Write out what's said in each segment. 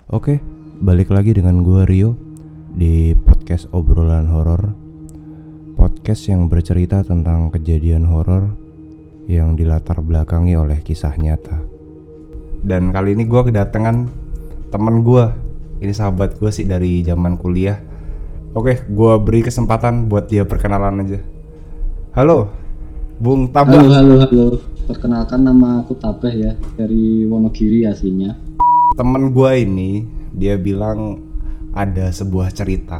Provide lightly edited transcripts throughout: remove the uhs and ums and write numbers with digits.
Oke, balik lagi dengan gue Rio di podcast obrolan horor. Podcast yang bercerita tentang kejadian horor yang dilatar belakangi oleh kisah nyata. Dan kali ini gue kedatangan teman gue. Ini sahabat gue sih dari zaman kuliah. Oke, gue beri kesempatan buat dia perkenalan aja. Halo, Bung Tabah. Halo. Perkenalkan, nama aku Tabah ya, dari Wonogiri aslinya. Temen gue ini, dia bilang ada sebuah cerita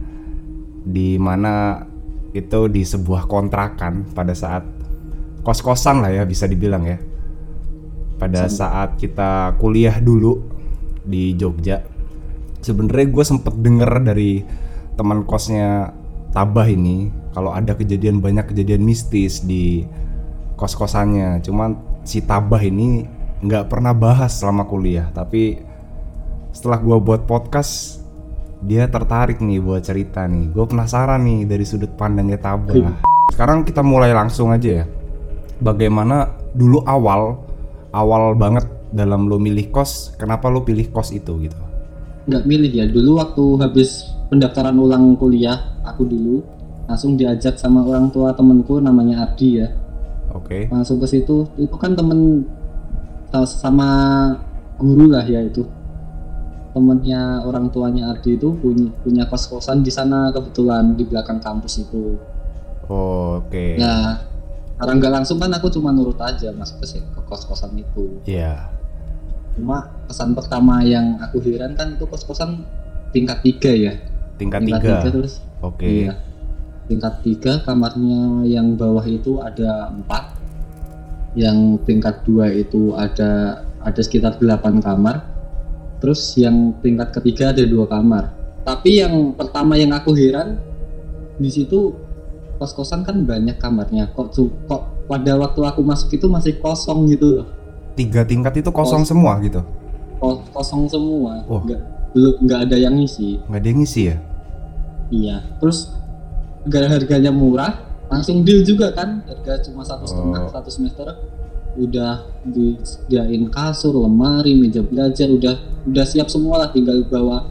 di mana itu di sebuah kontrakan pada saat kos-kosan lah ya, bisa dibilang ya. Pada saat kita kuliah dulu di Jogja. Sebenarnya gue sempet denger dari teman kosnya Tabah ini kalau ada banyak kejadian mistis di kos-kosannya. Cuman si Tabah ini nggak pernah bahas selama kuliah. Tapi setelah gue buat podcast, dia tertarik nih buat cerita nih. Gue penasaran nih dari sudut pandangnya Tabah. Sekarang kita mulai langsung aja ya. Bagaimana dulu awal banget dalam lo milih kos? Kenapa lo pilih kos itu gitu? Nggak milih ya, dulu waktu habis pendaftaran ulang kuliah, aku dulu langsung diajak sama orang tua temenku namanya Ardi ya. Oke. Langsung ke situ, itu kan temen sama guru lah ya, itu temennya orang tuanya Ardi itu punya kos-kosan di sana kebetulan di belakang kampus itu. Oke. Nah, karena nggak langsung kan aku cuma nurut aja masuk ke kos-kosan itu. Iya. Cuma kesan pertama yang aku heran kan itu kos-kosan tingkat 3 ya. Tingkat 3 terus. Oke. Iya. Tingkat 3 kamarnya yang bawah itu ada 4. Yang tingkat 2 itu ada sekitar 8 kamar. Terus yang tingkat ketiga ada 2 kamar. Tapi yang pertama yang aku heran di situ kos-kosan kan banyak kamarnya. Kok pada waktu aku masuk itu masih kosong gitu loh. 3 tingkat itu kosong semua gitu? Kosong semua. Oh. Nggak ada yang ngisi. Nggak ada yang ngisi ya? Iya. Terus harganya murah, langsung deal juga kan. Harga cuma 1,5 1 semester. Udah disediain kasur, lemari, meja belajar, udah siap semua lah, tinggal bawa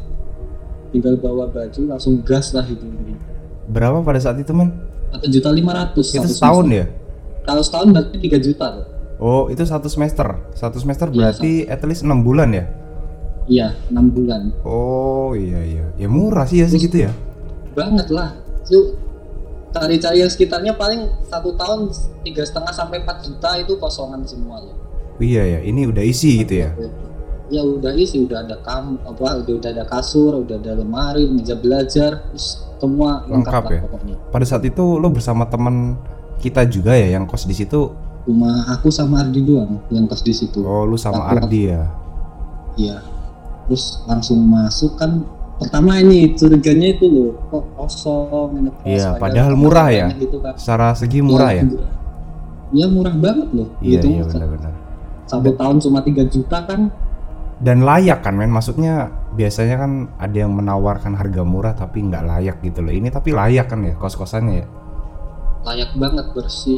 baju langsung gas lah itu. Berapa pada saat itu, Man? 1.500.000. Itu setahun ya? Kalau setahun berarti 3 juta loh. Oh, itu 1 semester. 1 semester berarti at least 6 bulan ya? Iya, 6 bulan. Oh, iya. Ya murah sih ya segitu ya? Banget lah. Yuk, cari-cari yang sekitarnya paling 1 tahun 3,5 sampai 4 juta itu kosongan semua loh. Iya ya, ini udah isi gitu ya? Ya udah isi, udah ada udah ada kasur, udah ada lemari, meja belajar, semua lengkap ya? lah pokoknya. Pada saat itu lo bersama teman kita juga ya yang kos di situ? Cuma aku sama Ardi doang yang kos di situ. Oh, lu sama Ardi ya? Iya. Terus langsung masuk kan, pertama ini curiganya itu loh, kok kosong. Iya, padahal murah ya? Gitu kan. Secara segi murah ya? Iya, murah banget loh. Iya, gitu. Iya benar-benar. 1 tahun cuma 3 juta kan. Dan layak kan, men? Maksudnya biasanya kan ada yang menawarkan harga murah tapi nggak layak gitu loh. Ini tapi layak kan ya kos-kosannya ya? Layak banget, bersih,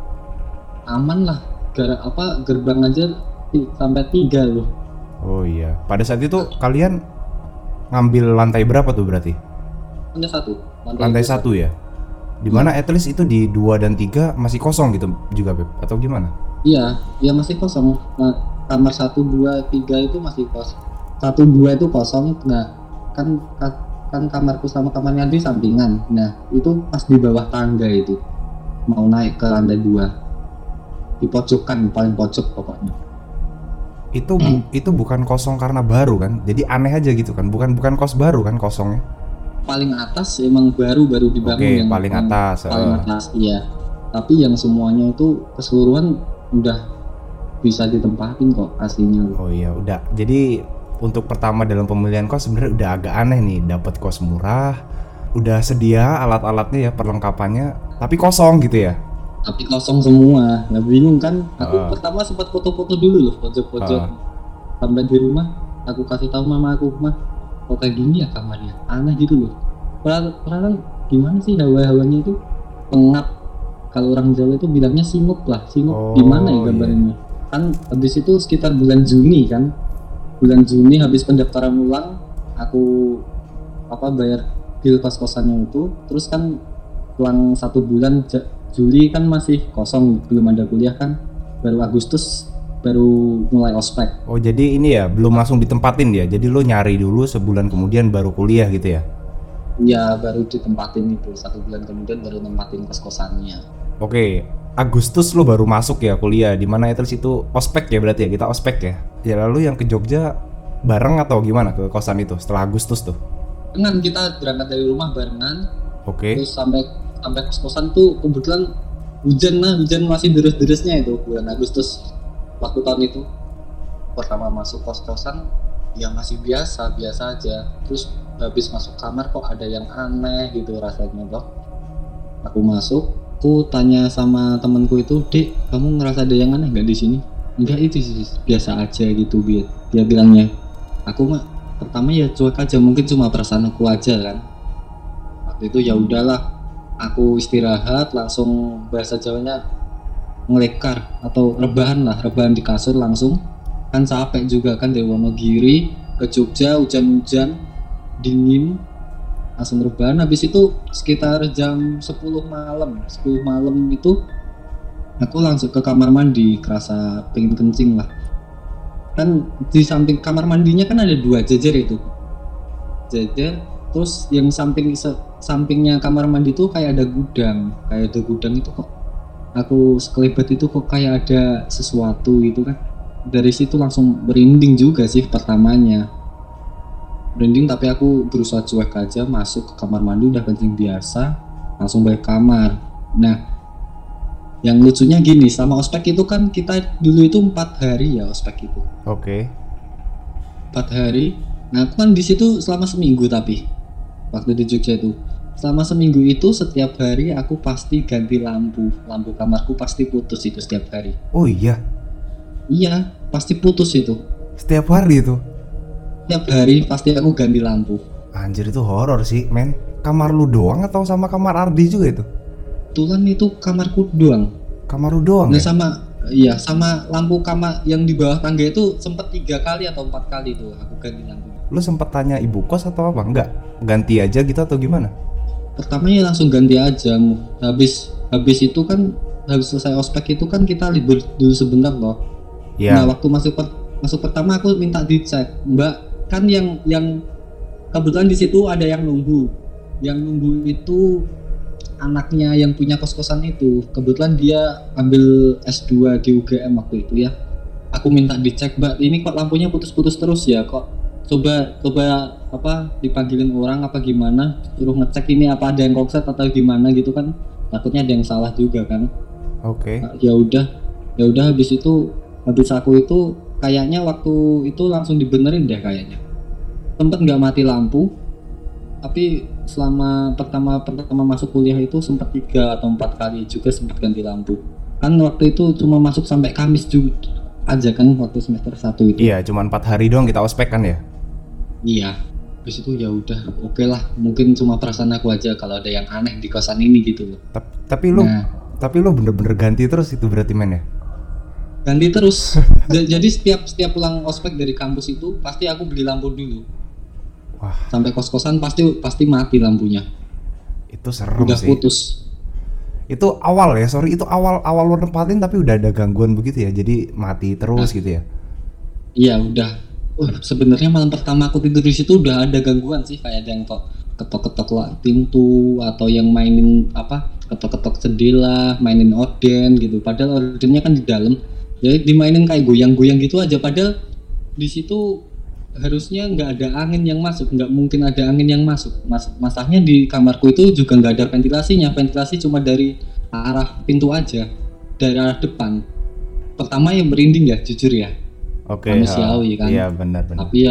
aman lah. Gerbang aja sampai 3 loh. Oh iya. Pada saat itu kalian ngambil lantai berapa tuh berarti? Lantai 1 ya? Dimana at least itu di 2 dan 3 masih kosong gitu juga, Beb? Atau gimana? Iya masih kosong. Nah, kamar 1, 2, 3 itu masih kosong. 1, 2 itu kosong. Nah, kan kamarku sama kamarnya di sampingan. Nah, itu pas di bawah tangga itu. Mau naik ke lantai 2. Di pojokan, paling pojok pokoknya. Itu bukan kosong karena baru kan? Jadi aneh aja gitu kan? Bukan kos baru kan kosongnya? Paling atas emang baru dibangun. Oke, yang paling atas. Paling atas, iya. Tapi yang semuanya itu keseluruhan udah bisa ditempatin kok aslinya. Oh iya, udah. Jadi untuk pertama dalam pemilihan kos sebenarnya udah agak aneh nih, dapat kos murah, udah sedia alat-alatnya ya, perlengkapannya, tapi kosong gitu ya. Tapi kosong semua, nggak bingung kan? Aku pertama sempat foto-foto dulu loh pojok-pojok. Sampai di rumah, aku kasih tahu mama aku, "Mah, kok kayak gini ya kamarnya? Aneh gitu loh." Padahal gimana sih hawanya itu? Pengap. Kalau orang Jawa itu bilangnya singuk lah. Singuk gimana ya gambarnya? Kan habis itu sekitar bulan Juni kan. bulan Juni habis pendaftaran ulang aku bayar bill kos-kosannya itu. Terus kan selang 1 bulan Juli kan masih kosong, belum ada kuliah kan, baru Agustus baru mulai ospek. Oh jadi ini ya belum langsung ditempatin ya, jadi lo nyari dulu sebulan kemudian baru kuliah gitu ya? Ya baru ditempatin itu, 1 bulan kemudian baru nempatin kos-kosannya. Oke, Agustus lo baru masuk ya kuliah, di mana terus itu ospek ya berarti ya, kita ospek ya? Ya lalu yang ke Jogja bareng atau gimana ke kosan itu setelah Agustus tuh? Dengan kita berangkat dari rumah barengan. Oke. Terus sampai kos-kosan tuh kebetulan hujan masih deres-deresnya itu bulan Agustus waktu tahun itu. Pertama masuk kos-kosan ya masih biasa aja. Terus habis masuk kamar kok ada yang aneh gitu rasanya toh. Aku masuk, aku tanya sama temanku itu, "Dek, kamu ngerasa ada yang aneh nggak di sini?" "Enggak, itu sih biasa aja gitu," dia bilangnya. Aku mah pertama ya cuek aja, mungkin cuma perasaan aku aja kan. Waktu itu ya udahlah, aku istirahat langsung, bahasa Jawanya ngelekar atau rebahan di kasur langsung. Kan capek juga kan dari Wonogiri ke Jogja, hujan-hujan dingin, langsung rebahan. Habis itu sekitar jam 10 malam itu aku langsung ke kamar mandi, kerasa pengen kencing lah. Kan di samping kamar mandinya kan ada 2 jajar itu. Terus yang sampingnya kamar mandi itu kayak ada gudang itu kok. Aku sekelebat itu kok kayak ada sesuatu gitu kan. Dari situ langsung merinding juga sih pertamanya. Merinding tapi aku berusaha cuek aja, masuk ke kamar mandi udah kencing biasa, langsung balik kamar. Nah, yang lucunya gini, sama ospek itu kan kita dulu itu 4 hari ya ospek itu. Oke. 4 hari. Nah, aku kan di situ selama seminggu tapi waktu di Jogja itu. Selama seminggu itu setiap hari aku pasti ganti lampu kamarku pasti putus itu setiap hari. Oh iya? Iya, pasti putus itu. Setiap hari itu? Setiap hari pasti aku ganti lampu. Anjir itu horor sih men. Kamar lu doang atau sama kamar Ardi juga itu? Kebetulan itu kamarku doang. Kamar lu doang nah, ya? sama lampu kamar yang di bawah tangga itu sempet 3 kali atau 4 kali tuh aku ganti lampu. Lu sempet tanya ibu kos atau apa? Enggak? Ganti aja gitu atau gimana? Pertamanya langsung ganti aja. Habis itu kan, habis selesai ospek itu kan kita libur dulu sebentar loh. Ya. Nah waktu masuk pertama aku minta dicek, Mbak, kan yang kebetulan di situ ada yang nunggu itu anaknya yang punya kos-kosan itu. Kebetulan dia ambil S2 di UGM waktu itu ya. Aku minta dicek, Mbak, ini kok lampunya putus-putus terus ya, kok coba dipanggilin orang apa gimana, suruh ngecek ini apa ada yang konslet atau gimana gitu kan, takutnya ada yang salah juga kan. Oke. Nah, ya udah habis aku itu kayaknya waktu itu langsung dibenerin deh kayaknya. Sempet nggak mati lampu, tapi selama pertama masuk kuliah itu sempat 3 atau 4 kali juga sempat ganti lampu. Kan waktu itu cuma masuk sampai Kamis juga aja kan waktu semester 1 itu. Iya, cuma 4 hari doang kita ospek kan ya? Iya. Habis itu ya udah, oke lah, mungkin cuma perasaan aku aja kalau ada yang aneh di kosan ini gitu loh. Tapi lu bener-bener ganti terus itu berarti men ya? Ganti terus. Jadi setiap pulang ospek dari kampus itu pasti aku beli lampu dulu. Wah. Sampai kos-kosan pasti mati lampunya. Itu serem udah sih. Udah putus. Itu awal lo nempatin tapi udah ada gangguan begitu ya, jadi mati terus gitu ya? Iya udah. Sebenarnya malam pertama aku tidur di situ udah ada gangguan sih, kayak ada yang ketok-ketok lah pintu atau yang mainin ketok-ketok jendela, mainin orden gitu. Padahal ordennya kan di dalam, jadi dimainin kayak goyang-goyang gitu aja. Padahal di situ harusnya nggak ada angin yang masuk, nggak mungkin ada angin yang masuk. Masalahnya di kamarku itu juga nggak ada ventilasinya, ventilasi cuma dari arah pintu aja, dari arah depan. Pertama yang merinding ya, jujur ya. Oke. Manusiawi kan. Iya benar. Tapi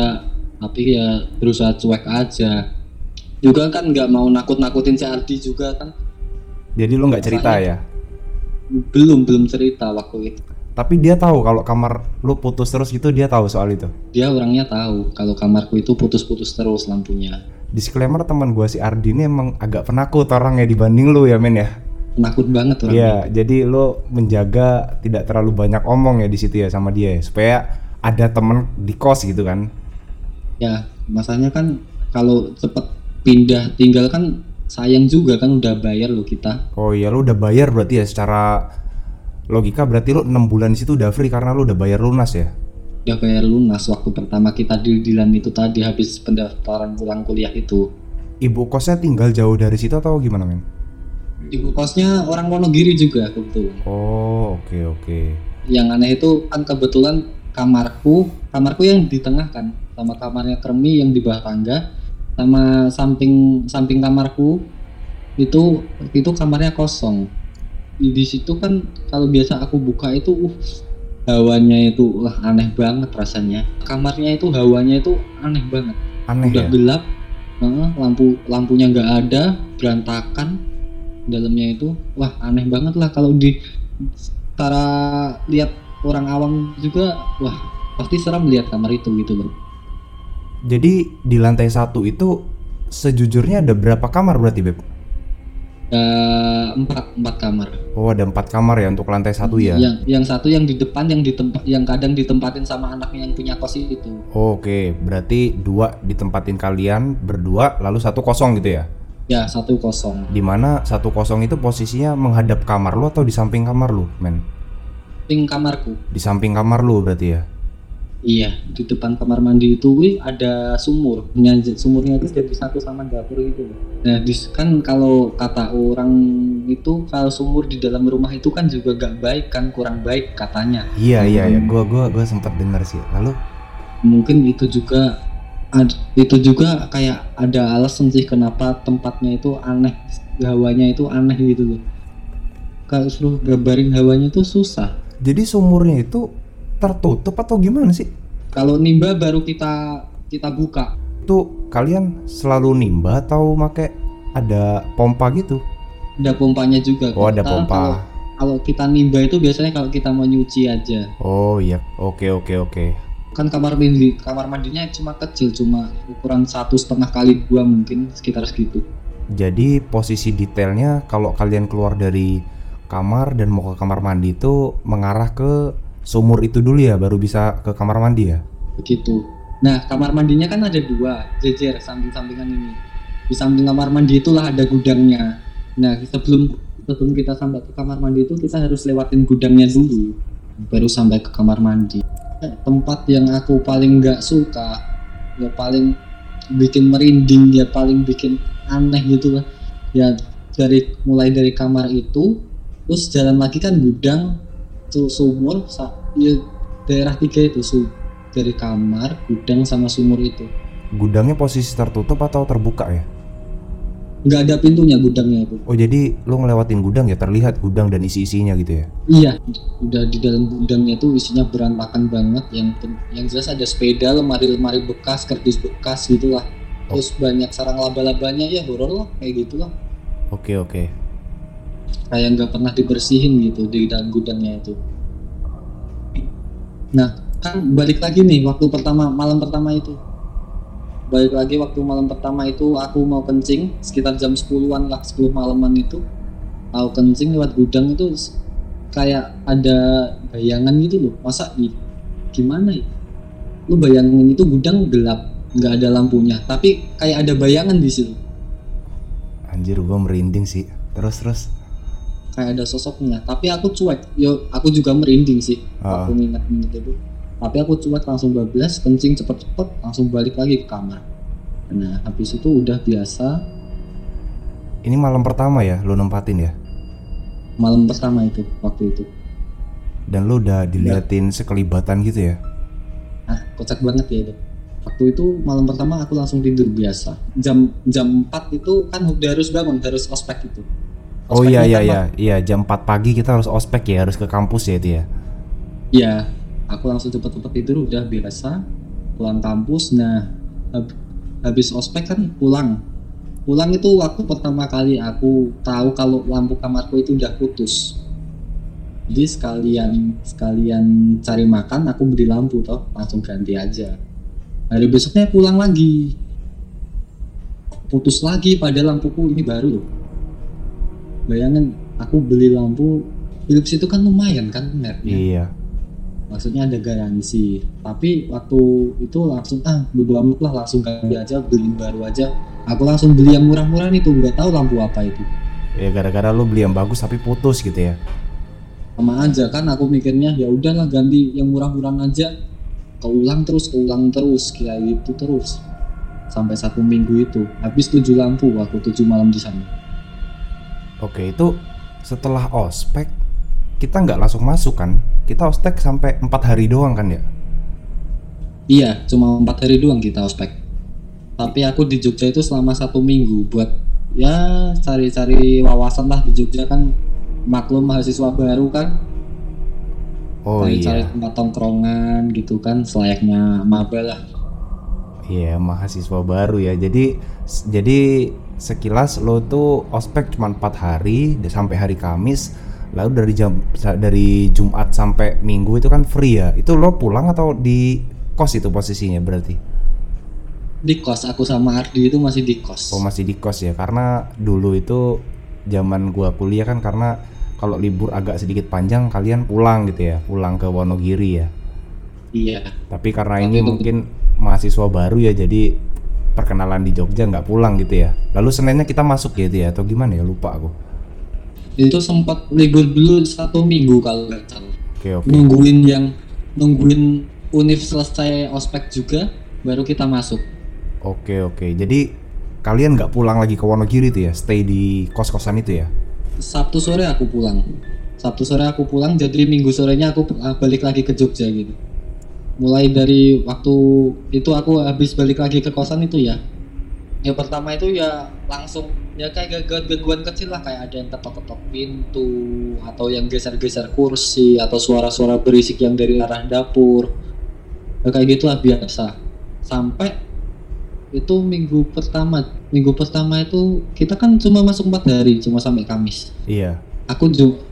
ya berusaha cuek aja. Juga kan nggak mau nakut-nakutin si Ardi juga kan. Jadi lu nggak cerita ya? Belum cerita waktu itu. Tapi dia tahu kalau kamar lu putus terus gitu, dia tahu soal itu? Dia orangnya tahu kalau kamarku itu putus-putus terus lampunya. Disclaimer, teman gua si Ardi ini emang agak penakut orangnya dibanding lu ya men ya? Penakut banget orangnya. Iya, jadi lu menjaga tidak terlalu banyak omong ya di situ ya sama dia ya, supaya ada temen di kos gitu kan. Ya masalahnya kan kalau cepet pindah tinggal kan sayang juga kan, udah bayar loh kita. Oh iya, lu udah bayar berarti ya, secara logika berarti lu 6 bulan di situ udah free karena lu udah bayar lunas ya. Udah bayar lunas waktu pertama kita deal-dealan itu tadi, habis pendaftaran pulang kuliah itu. Ibu kosnya tinggal jauh dari situ atau gimana men? Ibu kosnya orang Wonogiri juga kebetulan. Oh oke. Yang aneh itu kan kebetulan kamarku yang di tengah kan, sama kamarnya Kermi yang di bawah tangga, sama samping kamarku itu kamarnya kosong. Di situ kan kalau biasa aku buka itu hawanya itu aneh banget rasanya. Kamarnya itu hawanya itu aneh banget. Aneh Udah ya? gelap, lampunya nggak ada, berantakan dalamnya itu. Wah aneh banget lah, kalau di cara lihat orang awam juga, wah pasti seram lihat kamar itu gitu loh. Jadi di lantai 1 itu sejujurnya ada berapa kamar berarti Beb? Empat kamar. Oh ada 4 kamar ya untuk lantai 1 ya? Yang satu yang di depan, yang kadang ditempatin sama anaknya yang punya kos itu. Oke, berarti 2 ditempatin kalian berdua, lalu 1 kosong gitu ya? Ya 1 kosong. Dimana 1 kosong itu posisinya menghadap kamar lu atau di samping kamar lu men? Samping kamarku. Di samping kamar lu berarti ya? Iya, di depan kamar mandi itu ada sumur. Sumurnya itu jadi satu sama dapur gitu. Nah, kan kalau kata orang itu, kalau sumur di dalam rumah itu kan juga gak baik kan, kurang baik katanya. Iya. Gua sempat dengar sih. Lalu mungkin itu juga kayak ada alasan sih kenapa tempatnya itu aneh, hawanya itu aneh gitu loh. Kalau suruh gambarin hawanya itu susah. jadi sumurnya itu tertutup atau gimana sih? Kalau nimba baru kita buka. Tuh kalian selalu nimba atau make ada pompa gitu? Ada pompanya juga. Oh ada pompa. Kalau kita nimba itu biasanya kalau kita mau nyuci aja. Oh iya, oke. Kan kamar mandinya cuma kecil, cuma ukuran 1,5 kali 2 mungkin, sekitar segitu. Jadi posisi detailnya kalau kalian keluar dari kamar dan mau ke kamar mandi itu mengarah ke sumur itu dulu ya, baru bisa ke kamar mandi ya? Begitu. Nah kamar mandinya kan ada 2 jejer samping-sampingan ini. Di samping kamar mandi itulah ada gudangnya. Nah sebelum kita sampai ke kamar mandi itu kita harus lewatin gudangnya dulu, baru sampai ke kamar mandi. Tempat yang aku paling nggak suka, ya paling bikin merinding, ya paling bikin aneh gitu lah. Ya mulai dari kamar itu, terus jalan lagi kan gudang, tuh sumur, ya daerah 3 itu dari kamar, gudang sama sumur itu. Gudangnya posisi tertutup atau terbuka ya? Nggak ada pintunya gudangnya itu. Oh jadi lo ngelewatin gudang ya, terlihat gudang dan isi-isinya gitu ya? Iya, udah di dalam gudangnya tuh isinya berantakan banget. Yang jelas ada sepeda, lemari bekas, kardus bekas gitulah. Terus banyak sarang laba-labanya, ya horor lah kayak gitulah. Oke. Kayak nggak pernah dibersihin gitu di dalam gudangnya itu. Nah kan balik lagi nih malam pertama itu. Malam pertama itu aku mau kencing sekitar jam 10-an lah, 10 malaman itu. Aku kencing lewat gudang itu kayak ada bayangan gitu loh. Masa gimana ya? Lu bayangin itu gudang gelap, nggak ada lampunya, tapi kayak ada bayangan di situ. Anjir gua merinding sih. Terus Kayak ada sosoknya, tapi aku cuek. Aku juga merinding sih. Aku ingat itu. Tapi aku cuek, langsung bablas, kencing cepet-cepet, langsung balik lagi ke kamar. Nah habis itu udah biasa. Ini malam pertama ya lo nempatin ya? Malam pertama itu, waktu itu. Dan lo udah diliatin sekelibatan gitu ya? Nah kocak banget ya itu. Waktu itu malam pertama aku langsung tidur biasa. Jam 4 itu kan udah harus bangun, harus ospek itu. Oh iya, jam 4 pagi kita harus ospek ya, harus ke kampus ya itu ya? Iya, aku langsung cepet-cepet tidur, udah biasa pulang kampus. Nah habis ospek kan pulang itu waktu pertama kali aku tahu kalau lampu kamarku itu udah putus. Jadi sekalian cari makan, aku beli lampu toh, langsung ganti aja. Hari besoknya pulang lagi, putus lagi, padahal lampuku ini baru loh. Bayangin aku beli lampu Philips itu kan lumayan kan merknya. Iya. maksudnya ada garansi. Tapi waktu itu langsung bodo amat lah, langsung ganti aja, beliin baru aja. Aku langsung beli yang murah-murah itu, nggak tahu lampu apa itu. Ya gara-gara lu beli yang bagus tapi putus gitu ya. Sama aja kan, aku mikirnya ya udahlah ganti yang murah-murah aja. Keulang terus kayak gitu terus sampai 1 minggu itu habis 7 lampu, aku 7 malam di sana. Oke, itu setelah ospek kita nggak langsung masuk kan? Kita ospek sampai 4 hari doang kan ya? Iya, cuma 4 hari doang kita ospek. Tapi aku di Jogja itu selama 1 minggu buat ya cari-cari wawasan lah di Jogja kan, maklum mahasiswa baru kan. Oh Cari-cari iya. tempat tongkrongan gitu kan, selayaknya maba lah. Iya, mahasiswa baru ya. Jadi sekilas lo tuh ospek cuma 4 hari sampai hari Kamis. Lalu dari Jumat sampai Minggu itu kan free ya. Itu lo pulang atau di kos itu posisinya berarti? Di kos, aku sama Ardi itu masih di kos. Oh, masih di kos ya. Karena dulu itu zaman gua kuliah kan, karena kalau libur agak sedikit panjang kalian pulang gitu ya. Pulang ke Wonogiri ya. Iya. Tapi karena Tapi ini itu- mungkin mahasiswa baru ya, jadi perkenalan di Jogja nggak pulang gitu ya. Lalu Seninnya kita masuk gitu ya, atau gimana ya, lupa aku. Itu sempat libur dulu 1 minggu kalau nggak salah. Oke. Nungguin univ selesai ospek juga baru kita masuk. Oke. Jadi kalian nggak pulang lagi ke Wonogiri tuh ya, stay di kos-kosan itu ya? Sabtu sore aku pulang, jadi Minggu sorenya aku balik lagi ke Jogja gitu. Mulai dari waktu itu aku habis balik lagi ke kosan itu ya. Yang pertama itu ya langsung ya kayak gangguan kecil lah, kayak ada yang ketok-ketok pintu atau yang geser-geser kursi atau suara-suara berisik yang dari arah dapur. Ya, kayak gitu lah biasa. Sampai itu minggu pertama itu kita kan cuma masuk 4 hari, cuma sampai Kamis. Iya. Aku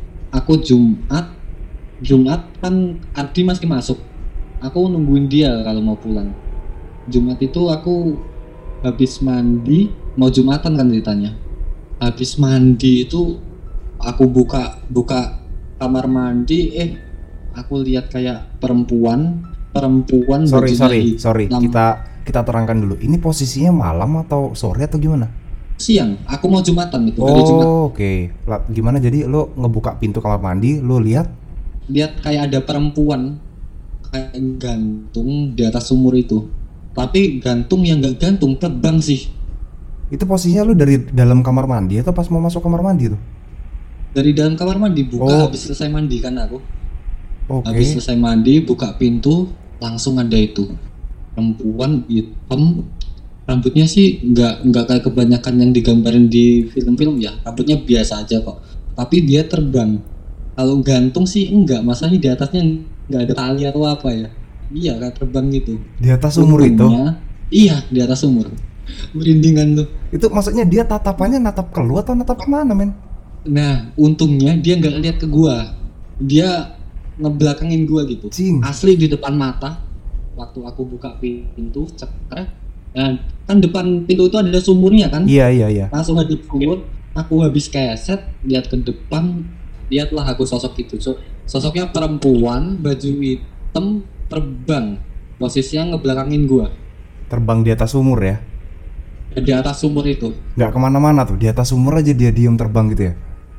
Jumat kan Ardi masih masuk. Aku nungguin dia kalau mau pulang. Jumat itu aku habis mandi, mau Jumatan kan ceritanya. Habis mandi itu aku buka kamar mandi, aku lihat kayak perempuan Sorry. hitam. Kita terangkan dulu. Ini posisinya malam atau sore atau gimana? Siang, aku mau Jumatan itu dari Jumat. Oh, oke. Gimana jadi lo ngebuka pintu kamar mandi, lo lihat? Lihat kayak ada perempuan kayak gantung di atas sumur itu, tapi gantung yang nggak gantung, terbang sih. Itu posisinya lo dari dalam kamar mandi atau pas mau masuk kamar mandi tuh? Dari dalam kamar mandi buka. Oh. Habis selesai mandi kan aku. Oke. Habis selesai mandi buka pintu, langsung ada itu perempuan hitam, rambutnya sih nggak kayak kebanyakan yang digambarin di film-film ya, rambutnya biasa aja kok, tapi dia terbang. Kalau gantung sih enggak, masalahnya di atasnya nggak ada tali atau apa ya. Iya, kayak terbang gitu. Di atas sumur itu? Untungnya, iya, di atas sumur. Merindingan tuh. Itu maksudnya dia tatapannya natap ke lu atau natap kemana, men? Nah, untungnya dia nggak lihat ke gua. Dia ngebelakangin gua gitu. Cing. Asli di depan mata. Waktu aku buka pintu, cekrek. Nah, kan depan pintu itu ada sumurnya kan? Iya. Langsung ada sumur. Aku habis keset, lihat ke depan, lihatlah aku sosok itu. Sosoknya perempuan, baju hitam, terbang. Posisinya ngebelakangin gua. Terbang di atas sumur ya? Di atas sumur itu. Nggak kemana-mana tuh, di atas sumur aja dia diem terbang gitu ya?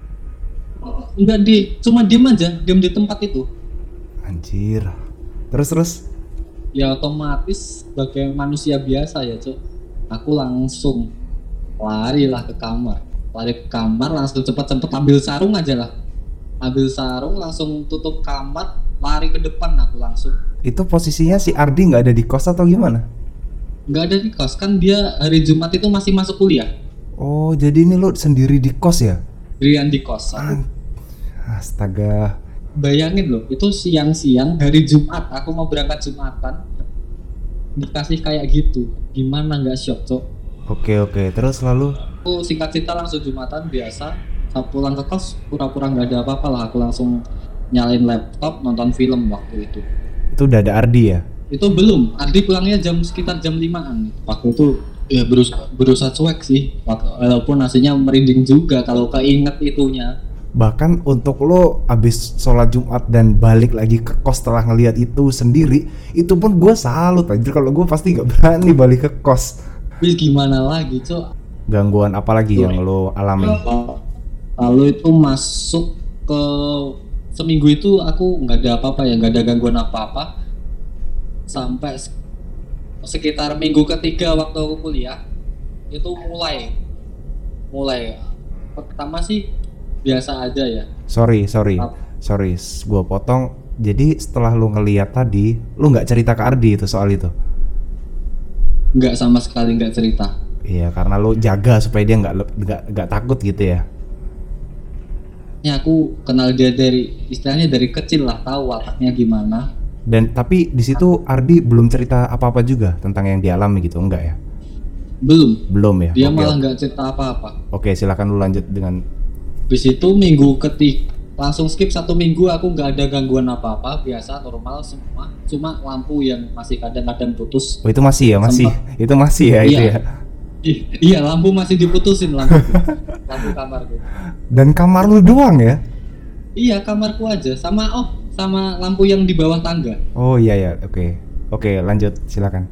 Enggak, cuma diem aja, diem di tempat itu. Anjir. Terus? Ya otomatis sebagai manusia biasa ya Cok, aku langsung lari ke kamar, langsung cepet-cepet ambil sarung langsung tutup kamar, lari ke depan aku langsung. Itu posisinya si Ardi nggak ada di kos atau gimana? Nggak ada di kos, kan dia hari Jumat itu masih masuk kuliah. Oh, jadi ini lo sendiri di kos ya? Sendirian di kos. Astaga. Bayangin loh, itu siang-siang hari Jumat, aku mau berangkat Jumatan, dikasih kayak gitu, gimana nggak shock Cok? Oke, terus lalu? Aku singkat cerita langsung Jumatan biasa. Saat pulang ke kos pura-pura nggak ada apa-apa lah, aku langsung nyalain laptop nonton film waktu itu. Itu udah ada Ardi ya? Itu belum, Ardi pulangnya sekitar jam 5-an. Waktu itu ya berusaha cuek sih, walaupun aslinya merinding juga kalau keinget itunya. Bahkan untuk lo abis sholat Jumat dan balik lagi ke kos setelah ngelihat itu sendiri, itu pun gue salut anjir. Kalau gue pasti gak berani balik ke kos. Tapi gimana lagi, Cok? Gangguan apa lagi yang lo alami? Lalu itu masuk ke seminggu itu aku nggak ada apa-apa ya, nggak ada gangguan apa-apa sampai sekitar minggu ketiga waktu aku kuliah itu mulai pertama sih biasa aja ya. Sorry, gue potong. Jadi setelah lu ngeliat tadi, lu nggak cerita ke Ardi itu soal itu? Nggak, sama sekali nggak cerita. Iya, karena lu jaga supaya dia nggak takut gitu ya. Ya aku kenal dia dari istilahnya dari kecil lah, tahu wataknya gimana. Dan tapi di situ Ardi belum cerita apa-apa juga tentang yang dialami gitu, enggak ya? Belum ya. Dia malah nggak cerita apa-apa. Oke, silakan lu lanjut dengan. Habis itu minggu ketiga langsung skip 1 minggu, aku nggak ada gangguan apa-apa, biasa normal semua. Cuma lampu yang masih kadang-kadang putus. Oh itu masih ya, itu masih ya. Itu ya. Iya, lampu masih diputusin lampu kamarku. Dan kamar lu doang ya? Iya, kamarku aja sama lampu yang di bawah tangga. Oh iya, oke, lanjut silakan.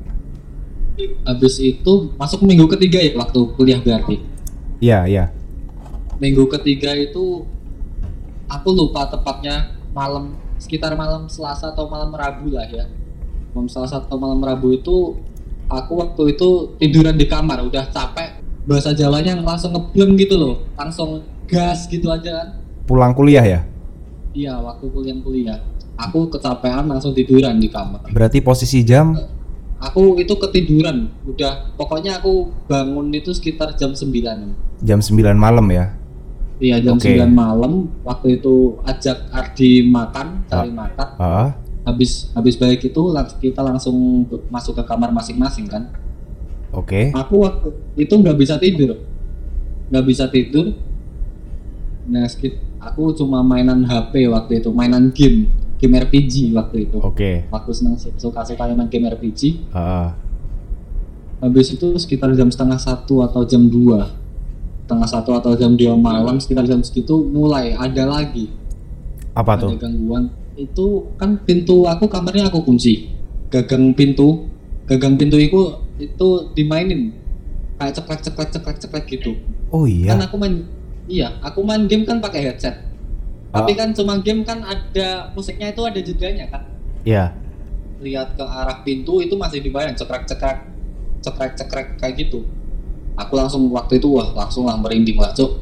Habis itu masuk minggu ketiga ya waktu kuliah berarti. Iya. Minggu ketiga itu aku lupa tepatnya sekitar malam Selasa atau malam Rabu lah ya. Malam Selasa atau malam Rabu itu aku waktu itu tiduran di kamar, udah capek, bahasa Jawanya langsung ngebleng gitu loh, langsung gas gitu aja kan. Pulang kuliah ya? Iya, waktu kuliah. Aku kecapean langsung tiduran di kamar. Berarti posisi jam? Aku itu ketiduran, udah pokoknya aku bangun itu sekitar jam 9. Jam 9 malam ya? Iya, jam 9 malam. Waktu itu ajak Ardi cari makan. Habis balik itu kita langsung masuk ke kamar masing-masing kan. Oke. Aku waktu itu nggak bisa tidur. Nah, aku cuma mainan HP waktu itu, mainan game RPG waktu itu. Oke. Waktu suka main game RPG. Habis itu sekitar jam setengah 1 atau jam 2 malam, sekitar jam segitu mulai ada lagi. Apa tuh? Ada gangguan. Itu kan pintu kamarnya aku kunci. Gagang pintu itu dimainin kayak ceklek gitu. Oh iya. Kan aku main game kan pakai headset. Tapi kan cuma game kan ada musiknya, itu ada jedanya kan. Iya. Lihat ke arah pintu itu masih dibayang cekrek kayak gitu. Aku langsung waktu itu langsung merinding lah, Cuk.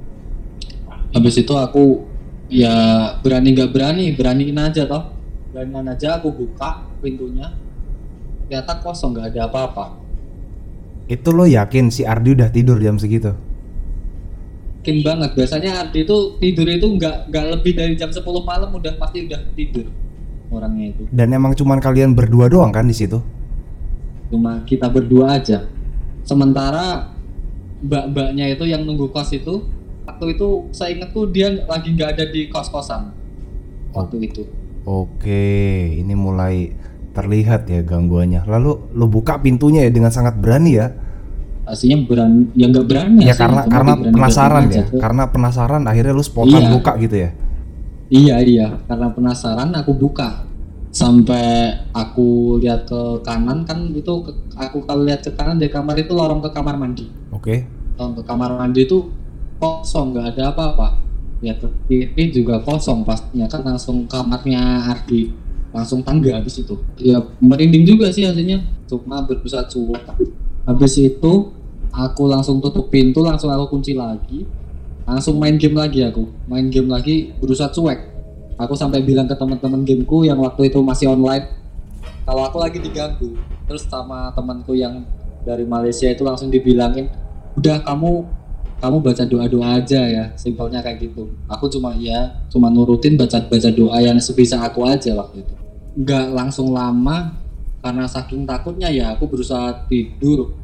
Habis itu aku ya beraniin aja toh. Beraniin aja aku buka pintunya. Ternyata kosong, nggak ada apa-apa. Itu lo yakin si Ardi udah tidur jam segitu? Yakin banget. Biasanya Ardi itu tidur itu nggak lebih dari jam 10 malam pasti udah tidur orangnya itu. Dan emang cuman kalian berdua doang kan di situ? Cuma kita berdua aja. Sementara mbak-mbaknya itu yang nunggu kos itu, waktu itu saya ingatku dia lagi nggak ada di kos-kosan waktu itu. Oke, ini mulai terlihat ya gangguannya. Lalu lo buka pintunya ya dengan sangat berani ya? Aslinya berani, ya nggak berani ya sih, karena penasaran ya, karena penasaran akhirnya lo spontan buka gitu ya? Iya, karena penasaran aku buka. Sampai aku lihat ke kanan kan itu, kalau lihat ke kanan dari kamar itu lorong ke kamar mandi. Oke. Lorong ke kamar mandi itu kosong, nggak ada apa-apa. Lihat ke TV juga kosong pastinya kan, langsung kamarnya Ardi, langsung tangga habis itu. Ya merinding juga sih hasilnya, cuma berusaha cuek. Habis itu aku langsung tutup pintu, langsung aku kunci lagi, langsung main game lagi, berusaha cuek. Aku sampai bilang ke teman-teman gameku yang waktu itu masih online, kalau aku lagi diganggu. Terus sama temanku yang dari Malaysia itu langsung dibilangin, udah kamu baca doa aja ya, simpelnya kayak gitu. Aku cuma nurutin baca doa yang sebisa aku aja waktu itu. Nggak langsung lama, karena saking takutnya ya aku berusaha tidur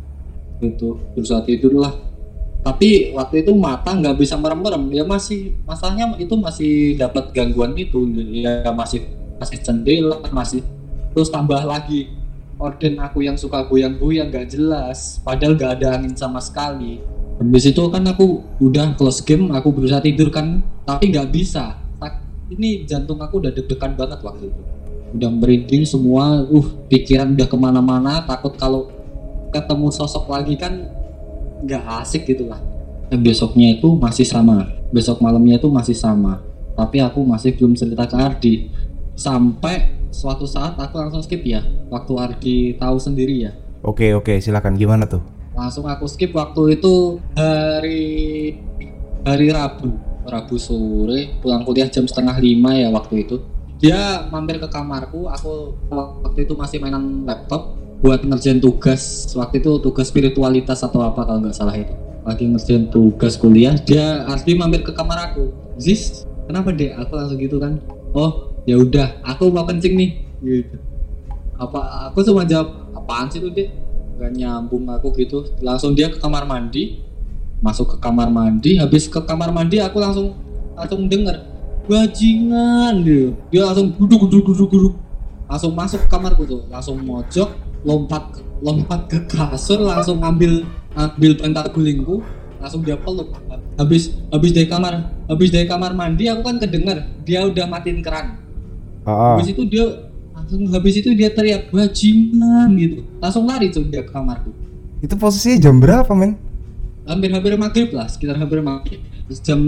lah. Tapi waktu itu mata nggak bisa merem-merem ya, masalahnya itu masih dapat gangguan itu ya, masih jendela masih. Terus tambah lagi orden aku yang suka goyang-goyang nggak jelas, padahal nggak ada angin sama sekali. Habis itu kan aku udah close game, aku berusaha tidur kan, tapi nggak bisa. Ini jantung aku udah deg-degan banget waktu itu. Udah merinding semua, pikiran udah kemana-mana, takut kalau ketemu sosok lagi kan nggak asik gitu lah. Dan besoknya itu masih sama, besok malamnya itu masih sama. Tapi aku masih belum cerita ke Ardi. Sampai suatu saat aku langsung skip ya, waktu Ardi tahu sendiri ya. Oke, silakan, gimana tuh? Langsung aku skip waktu itu hari Rabu sore, pulang kuliah jam 4:30 ya waktu itu. Dia mampir ke kamarku, aku waktu itu masih mainan laptop buat ngerjain tugas. Waktu itu tugas spiritualitas atau apa kalau nggak salah itu. Lagi ngerjain tugas kuliah, dia Ardi mampir ke kamar aku. Zis, kenapa dek? Aku langsung gitu kan. Oh, ya udah, aku mau kencing nih. Gitu. Aku cuma jawab, apaan sih tuh dek? Gak nyambung aku gitu. Langsung dia ke kamar mandi, masuk ke kamar mandi. Habis ke kamar mandi aku langsung denger bajingan gitu. Dia langsung duduk, langsung masuk ke kamarku tuh, langsung mojok, lompat ke kasur, langsung ambil bantal gulingku, langsung dia peluk. Habis dari kamar mandi aku kan kedenger dia udah matiin keran. Habis itu dia teriak bajingan gitu, langsung lari tuh dia ke kamarku. Itu posisinya jam berapa, men? Hampir maghrib lah, sekitar hampir maghrib. Jam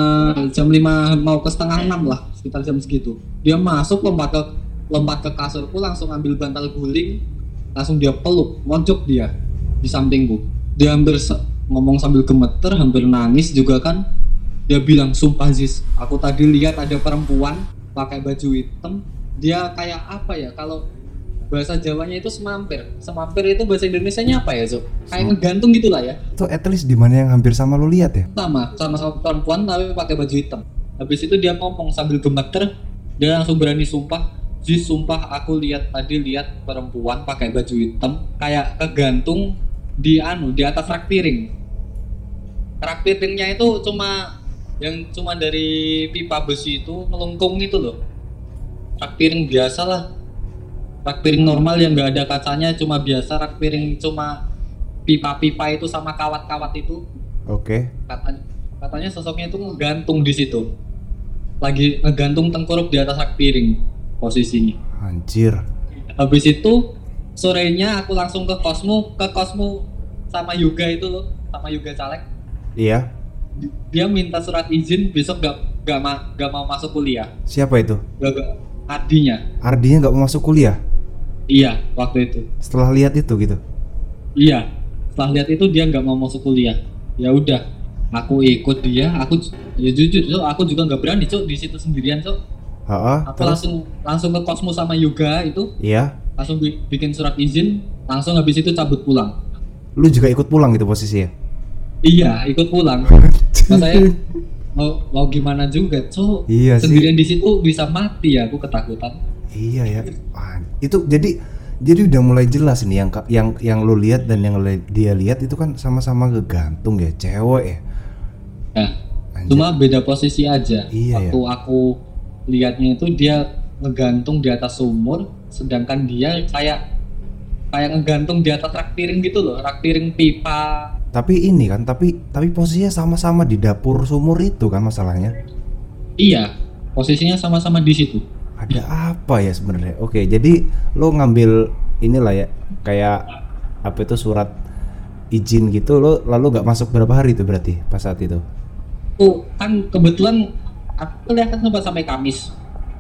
5 mau ke setengah 6 lah, sekitar jam segitu. Dia masuk lompat ke kasurku, langsung ambil bantal guling, langsung dia peluk, mojok dia di sampingku. Dia hampir ngomong sambil gemeter, hampir nangis juga kan. Dia bilang, sumpah Zis, aku tadi lihat ada perempuan pakai baju hitam. Dia kayak apa ya, kalau bahasa Jawanya itu semampir itu bahasa Indonesianya apa ya, Zo? Kayak ngegantung gitulah ya. Itu at least di mana yang hampir sama lu lihat ya? Sama perempuan tapi pakai baju hitam. Habis itu dia ngomong sambil gemeter, dia langsung berani sumpah, Zis, sumpah aku lihat perempuan pakai baju hitam kayak kegantung di atas rak piring. Rak piringnya itu cuma dari pipa besi itu melengkung itu loh. Rak piring biasa lah. Rak piring normal yang nggak ada kacanya, cuma biasa. Rak piring cuma pipa-pipa itu sama kawat-kawat itu. Oke. Katanya sosoknya itu ngegantung di situ. Lagi ngegantung tengkorup di atas rak piring posisinya. Anjir. Habis itu sorenya aku langsung ke kosmu sama Yuga itu loh, sama Yuga caleg. Iya. Dia minta surat izin besok gak mau masuk kuliah. Siapa itu? Ardinya nggak mau masuk kuliah? Iya, waktu itu. Setelah lihat itu gitu? Iya, setelah lihat itu dia nggak mau masuk kuliah. Ya udah, aku ikut dia. Ya jujur, Cok, aku juga nggak berani, Cok, di situ sendirian, Cok. Aku langsung ke Kosmo sama Yuga itu. Iya. Langsung bikin surat izin, langsung habis itu cabut pulang. Lu juga ikut pulang gitu posisinya? Iya, ikut pulang. Saya mau gimana juga, Cok. Iya sih. Sendirian di situ bisa mati ya, aku ketakutan. Iya ya. Itu jadi udah mulai jelas nih yang lu lihat dan yang dia lihat itu kan sama-sama ngegantung ya, cewek ya. Nah, cuma beda posisi aja. Iya, waktu aku lihatnya itu dia ngegantung di atas sumur, sedangkan dia kayak ngegantung di atas rak piring gitu loh, rak piring pipa. Tapi ini kan, tapi posisinya sama-sama di dapur sumur itu kan masalahnya. Iya, posisinya sama-sama di situ. Ada apa ya sebenarnya? Oke, jadi lo ngambil inilah ya, kayak apa itu surat izin gitu, lo lalu nggak masuk berapa hari itu berarti pas saat itu? Kan kebetulan aku lihat kan sampai Kamis.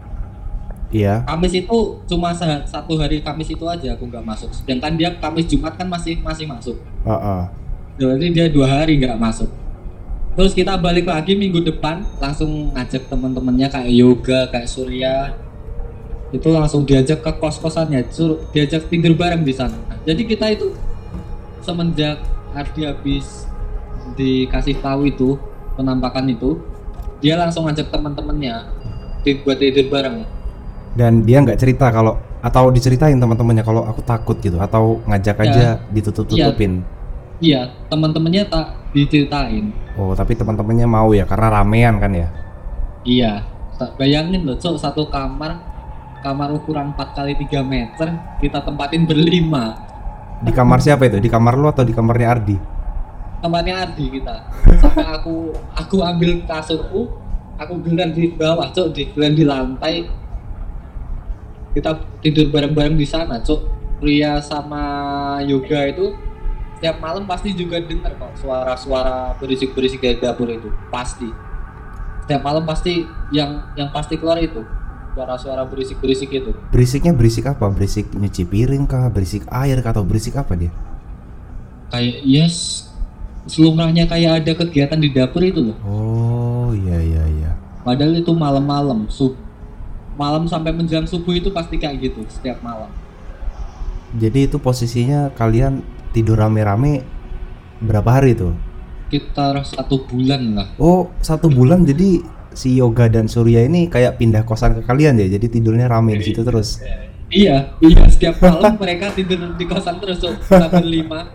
Iya. Kamis itu cuma satu hari, Kamis itu aja aku nggak masuk. Sedangkan dia Kamis Jumat kan masih masuk. Jadi dia 2 hari nggak masuk. Terus kita balik lagi minggu depan, langsung ngajak teman-temannya kayak Yoga, kayak Surya, itu langsung diajak ke kos-kosannya, diajak tidur bareng di sana. Jadi kita itu semenjak Ardi habis dikasih tahu itu penampakan itu, dia langsung ngajak teman-temannya buat tidur bareng. Dan dia nggak cerita kalau, atau diceritain teman-temannya kalau aku takut gitu, atau ngajak aja ditutup-tutupin. Iya, teman-temannya tak diceritain. Oh, tapi teman-temannya mau ya karena ramean kan ya? Iya, bayangin loh, Cok, satu kamar ukuran 4x3 meter kita tempatin berlima. Di kamar siapa itu? Di kamar lu atau di kamarnya Ardi? Tempatnya Ardi kita. Sampai aku ambil kasurku, aku gelar di bawah, Cuk, gelar di lantai. Kita tidur bareng-bareng di sana, Cuk. Ria sama Yoga itu setiap malam pasti juga dengar kok suara-suara berisik-berisik dari dapur itu, pasti. Setiap malam pasti yang pasti keluar itu suara-suara berisik-berisik itu. Berisiknya berisik apa? Berisik nyuci piring kah? Berisik air kah? Atau berisik apa dia? Kayak yes, selumrahnya kayak ada kegiatan di dapur itu loh. Oh iya iya iya. Padahal itu malam-malam, malam sampai menjelang subuh itu pasti kayak gitu setiap malam. Jadi itu posisinya kalian tidur rame-rame berapa hari tuh? Sekitar 1 bulan lah. Oh 1 bulan, jadi si Yoga dan Surya ini kayak pindah kosan ke kalian ya? Jadi tidurnya rame di situ terus? Iya, setiap malam mereka tidur di kosan terus, kita berlima.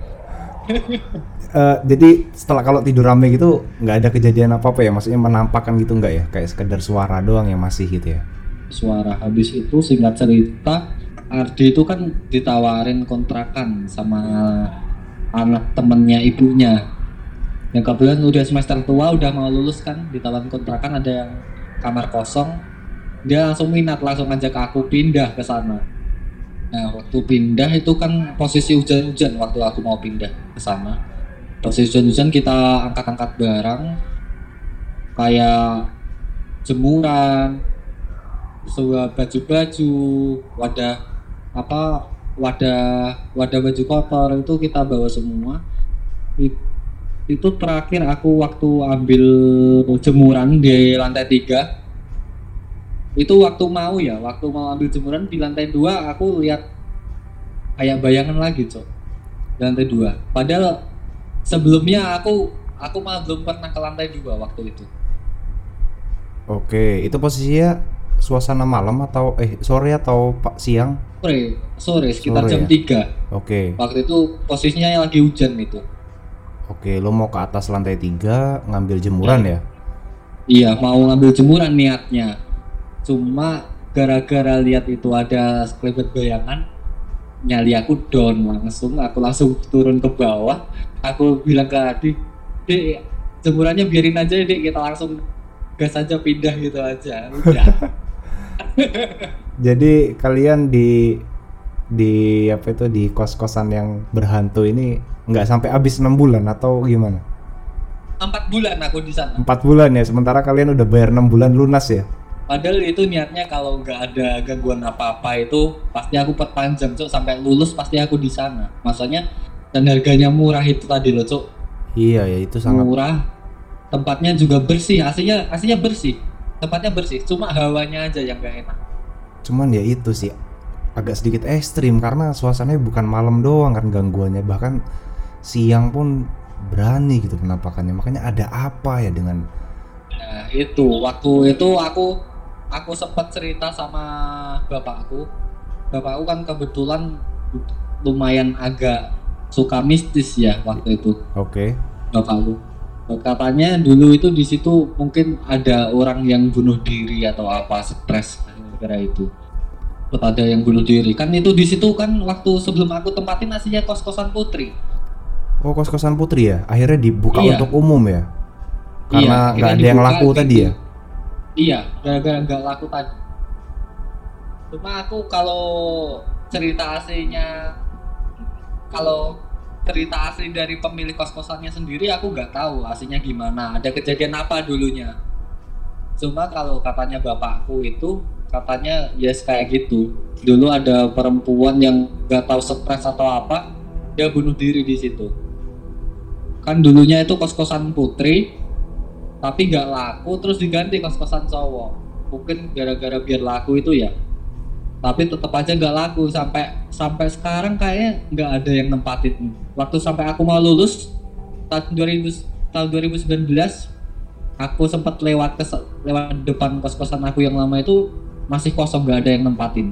Jadi setelah kalau tidur rame gitu nggak ada kejadian apa-apa ya? Maksudnya menampakkan gitu nggak ya? Kayak sekedar suara doang yang masih gitu ya? Suara. Habis itu singkat cerita, Ardi itu kan ditawarin kontrakan sama anak temennya ibunya. Yang kebetulan udah semester tua, udah mau lulus kan, ditawarin kontrakan, ada yang kamar kosong. Dia langsung minat, langsung ngajak aku pindah ke sana. Nah, waktu pindah itu kan posisi hujan-hujan waktu aku mau pindah ke sana. Posisi hujan-hujan kita angkat-angkat barang kayak jemuran, sebuah baju-baju, wadah baju kotor itu kita bawa semua. Itu terakhir aku waktu ambil jemuran di lantai 3. Itu waktu mau ambil jemuran di lantai 2, aku lihat kayak bayangan lagi, Cok. Di lantai 2. Padahal sebelumnya aku malah belum pernah ke lantai 2 waktu itu. Oke, itu posisinya suasana malam atau sore atau siang? Sore sekitar Sore jam ya? 3. Oke. Waktu itu posisinya lagi hujan itu. Oke, lo mau ke atas lantai 3 ngambil jemuran ya? Iya, mau ngambil jemuran niatnya. Cuma gara-gara lihat itu ada sekelebat bayangan, nyali aku down langsung. Aku langsung turun ke bawah. Aku bilang ke Adi, "Dek, jemurannya biarin aja, Dek, kita langsung gas aja, pindah gitu aja." Udah. Jadi kalian di apa itu, di kos-kosan yang berhantu ini nggak sampai habis 6 bulan atau gimana? 4 bulan aku di sana. 4 bulan ya, sementara kalian udah bayar 6 bulan lunas ya? Padahal itu niatnya kalau nggak ada gangguan apa-apa itu pasti aku perpanjang, Cok, sampai lulus pasti aku di sana. Maksudnya dan harganya murah itu tadi loh, Cok. Iya ya, itu sangat murah. Tempatnya juga bersih, aslinya bersih. Tempatnya bersih, cuma hawanya aja yang gak enak. Cuman ya itu sih agak sedikit ekstrim karena suasananya bukan malam doang kan gangguannya, bahkan siang pun berani gitu penampakannya. Makanya ada apa ya dengan Nah, itu waktu itu aku sempat cerita sama bapakku. Bapakku kan kebetulan lumayan agak suka mistis ya waktu itu. Oke. Bapakku katanya dulu itu di situ mungkin ada orang yang bunuh diri atau apa, stres gara-gara itu. Terus ada yang bunuh diri. Kan itu di situ kan waktu sebelum aku tempatin aslinya kos-kosan Putri. Oh, kos-kosan Putri ya? Akhirnya dibuka Iya. untuk umum ya? Karena nggak ada yang laku gitu. tadi ya? Iya, gara-gara nggak laku tadi. Cuma aku kalau cerita asli dari pemilik kos-kosannya sendiri aku nggak tahu aslinya gimana, ada kejadian apa dulunya. Cuma kalau katanya bapakku itu katanya yes kayak gitu. Dulu ada perempuan yang nggak tahu stres atau apa, dia bunuh diri di situ. Kan dulunya itu kos-kosan Putri, tapi nggak laku terus diganti kos-kosan cowok. Mungkin gara-gara biar laku itu ya. Tapi tetap aja nggak laku sampai sekarang kayaknya nggak ada yang nempatin. Waktu sampai aku mau lulus tahun 2019 aku sempat lewat depan kos-kosan aku yang lama itu masih kosong, nggak ada yang nempatin.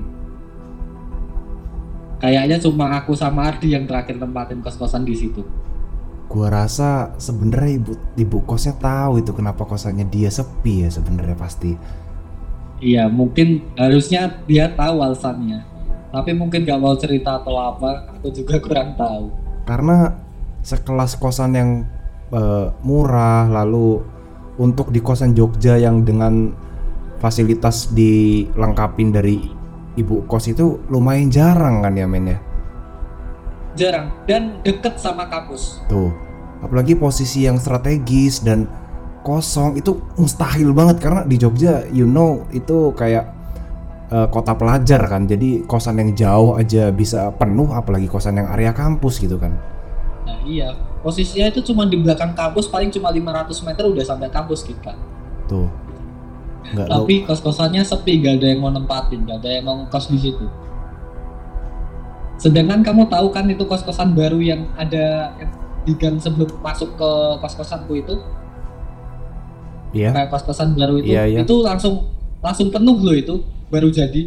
Kayaknya cuma aku sama Ardi yang terakhir nempatin kos-kosan di situ. Gua rasa sebenarnya ibu kosnya tahu itu kenapa kosannya dia sepi ya sebenarnya pasti. Iya, mungkin harusnya dia tahu alasannya. Tapi mungkin gak mau cerita atau apa, aku juga kurang tahu. Karena sekelas kosan yang murah. Lalu untuk di kosan Jogja yang dengan fasilitas dilengkapin dari ibu kos itu lumayan jarang kan ya men ya. Jarang, dan deket sama kampus. Tuh, apalagi posisi yang strategis dan kosong itu mustahil banget karena di Jogja itu kayak kota pelajar kan. Jadi kosan yang jauh aja bisa penuh, apalagi kosan yang area kampus gitu kan. Nah iya, posisinya itu cuma di belakang kampus, paling cuma 500 meter udah sampai kampus kita. Tuh. Nggak Tapi kos-kosannya sepi, gak ada yang mau nempatin, gak ada yang mau ngekos di situ. Sedangkan kamu tahu kan itu kos-kosan baru yang ada di gang sebelum masuk ke kos-kosanku itu. Iya. Kayak kos-kosan baru itu, Iya. itu langsung penuh loh itu, baru jadi.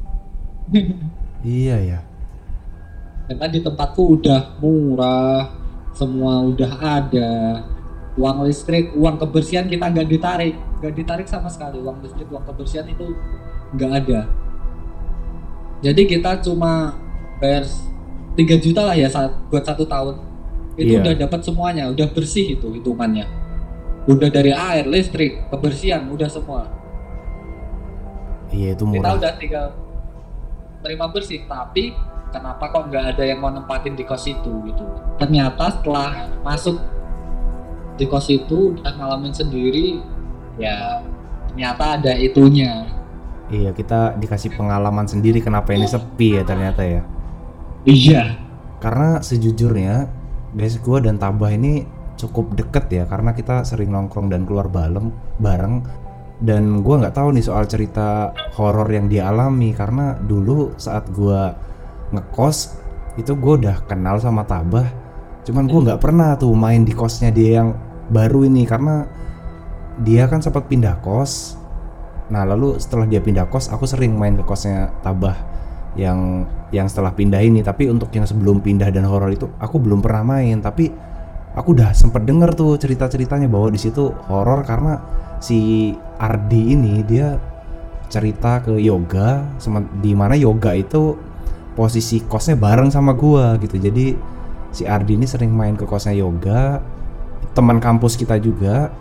Iya ya. Karena di tempatku udah murah, semua udah ada. Uang listrik, uang kebersihan kita nggak ditarik sama sekali. Uang listrik, uang kebersihan itu nggak ada. Jadi kita cuma bayar 3 juta lah ya buat 1 tahun. Itu Iya. udah dapat semuanya, udah bersih itu hitungannya. Udah dari air, listrik, kebersihan, udah semua. Iya itu Kita murah. udah tinggal terima bersih, tapi kenapa kok nggak ada yang mau nempatin di kos itu gitu. Ternyata setelah masuk di kos itu udah ngalamin sendiri, ya ternyata ada itunya. Iya, kita dikasih pengalaman sendiri kenapa ini sepi ya ternyata ya. Iya. Karena sejujurnya guys, gue dan Tabah ini cukup deket ya, karena kita sering nongkrong dan keluar bareng. Dan gue nggak tahu nih soal cerita horor yang dia alami, karena dulu saat gue ngekos itu gue udah kenal sama Tabah, cuman gue nggak pernah tuh main di kosnya dia yang baru ini karena dia kan sempat pindah kos. Nah lalu setelah dia pindah kos, aku sering main ke kosnya Tabah yang setelah pindah ini. Tapi untuk yang sebelum pindah dan horor itu aku belum pernah main, tapi aku udah sempet denger tuh cerita-ceritanya bahwa di situ horor karena si Ardi ini dia cerita ke Yoga, di mana Yoga itu posisi kosnya bareng sama gua gitu. Jadi si Ardi ini sering main ke kosnya Yoga, teman kampus kita juga,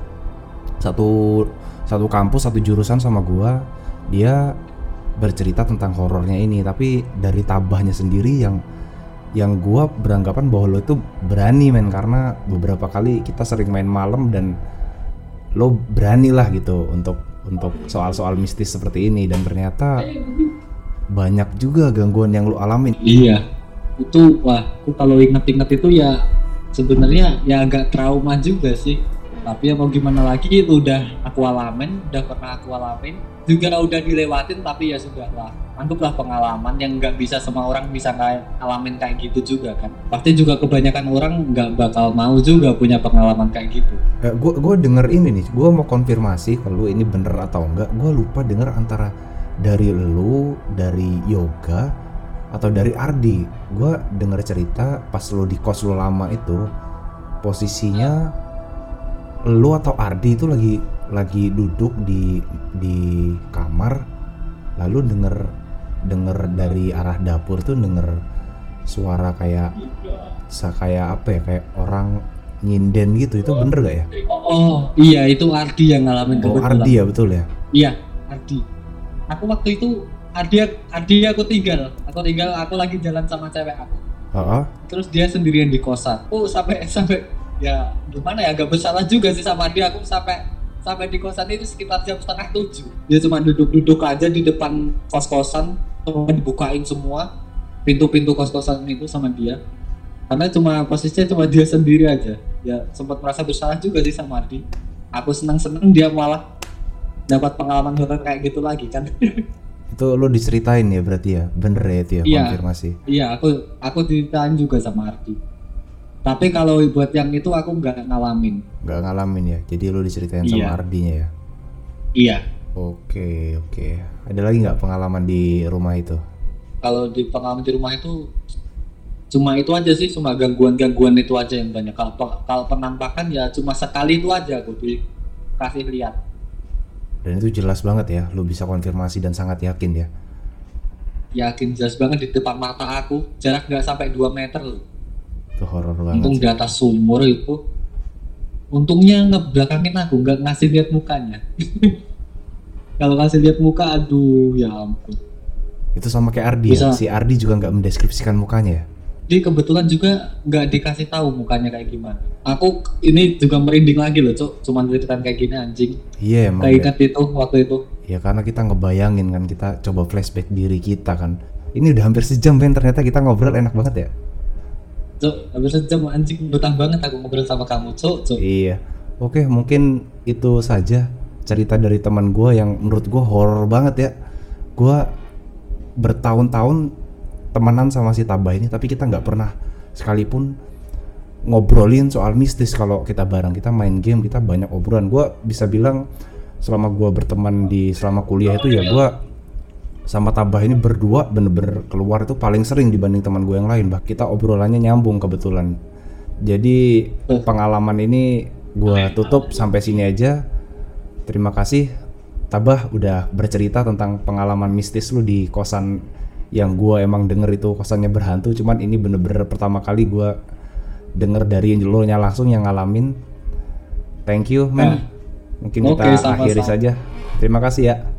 satu kampus, satu jurusan sama gua. Dia bercerita tentang horornya ini, tapi dari Tabahnya sendiri yang gua beranggapan bahwa lo itu berani men, karena beberapa kali kita sering main malam dan lo berani lah gitu untuk soal-soal mistis seperti ini. Dan ternyata banyak juga gangguan yang lo alamin. Iya. Itu aku kalau inget-inget itu ya sebenarnya ya agak trauma juga sih. Tapi ya mau gimana lagi, itu udah aku alamin, udah pernah aku alamin, juga udah dilewatin, tapi ya sudahlah. Anggaplah pengalaman yang nggak bisa semua orang bisa ngalamin kayak gitu juga kan. Pasti juga kebanyakan orang nggak bakal mau juga punya pengalaman kayak gitu. Gue denger ini nih, gue mau konfirmasi kalau ini bener atau enggak. Gue lupa denger antara dari lu, dari Yoga, atau dari Ardi. Gue denger cerita pas lu di kos lu lama itu, posisinya lu atau Ardi itu lagi duduk di kamar, lalu denger dari arah dapur tuh denger suara kayak apa ya, kayak orang nyinden gitu. Itu bener gak ya? Oh iya, itu Ardi yang ngalamin. Oh Ardi ya, betul ya? Iya Ardi. Aku waktu itu Ardi aku tinggal, aku lagi jalan sama cewek aku. Terus dia sendirian di kosan. Sampai ya gimana ya, agak bersalah juga sih sama dia. Aku sampai di kosan itu sekitar jam 6:30. Dia cuma duduk-duduk aja di depan kos-kosan, cuma dibukain semua pintu-pintu kos-kosan itu sama dia. Karena posisinya cuma dia sendiri aja. Ya sempat merasa bersalah juga sih sama Ardi. Aku senang-senang dia malah dapat pengalaman horor kayak gitu lagi kan. Itu lo diceritain ya berarti ya? Bener ya itu ya, Iya, konfirmasi? Iya, aku diceritain juga sama Ardi. Tapi kalau buat yang itu aku nggak ngalamin. Nggak ngalamin ya? Jadi lo diceritain sama Ardinya ya? Iya. Oke. Ada lagi nggak pengalaman di rumah itu? Kalau di pengalaman di rumah itu cuma itu aja sih, cuma gangguan itu aja yang banyak. Kalau penampakan ya cuma sekali itu aja aku dikasih lihat. Dan itu jelas banget ya, lo bisa konfirmasi dan sangat yakin ya? Yakin, jelas banget di depan mata aku, jarak nggak sampai 2 meter loh. Itu horor banget. Untung di atas sumur itu. Untungnya ngebelakangin aku, nggak ngasih lihat mukanya. Kalau ngasih lihat muka, aduh ya ampun. Itu sama kayak Ardi ya? Si Ardi juga nggak mendeskripsikan mukanya ya? Jadi kebetulan juga nggak dikasih tahu mukanya kayak gimana. Aku ini juga merinding lagi loh, Cuk. Cuman ceritakan kayak gini anjing. Iya emang. Kayak ingat itu waktu itu. Ya karena kita ngebayangin kan, kita coba flashback diri kita kan. Ini udah hampir sejam Ben, ternyata kita ngobrol enak banget ya. Cuk, hampir sejam anjing, betah banget aku ngobrol sama kamu, Cuk. Iya. Oke, mungkin itu saja cerita dari teman gue yang menurut gue horor banget ya. Gue bertahun-tahun temenan sama si Tabah ini, tapi kita nggak pernah sekalipun ngobrolin soal mistis. Kalau kita bareng, kita main game, kita banyak obrolan. Gue bisa bilang selama gue berteman selama kuliah itu ya, gue sama Tabah ini berdua bener-bener keluar itu paling sering dibanding teman gue yang lain. Bah, kita obrolannya nyambung kebetulan. Jadi pengalaman ini gue tutup sampai sini aja. Terima kasih Tabah udah bercerita tentang pengalaman mistis lu di kosan yang gue emang denger itu kosannya berhantu. Cuman ini bener-bener pertama kali gue denger dari lo nya langsung yang ngalamin. Thank you man. Mungkin kita akhiri saja. Terima kasih ya.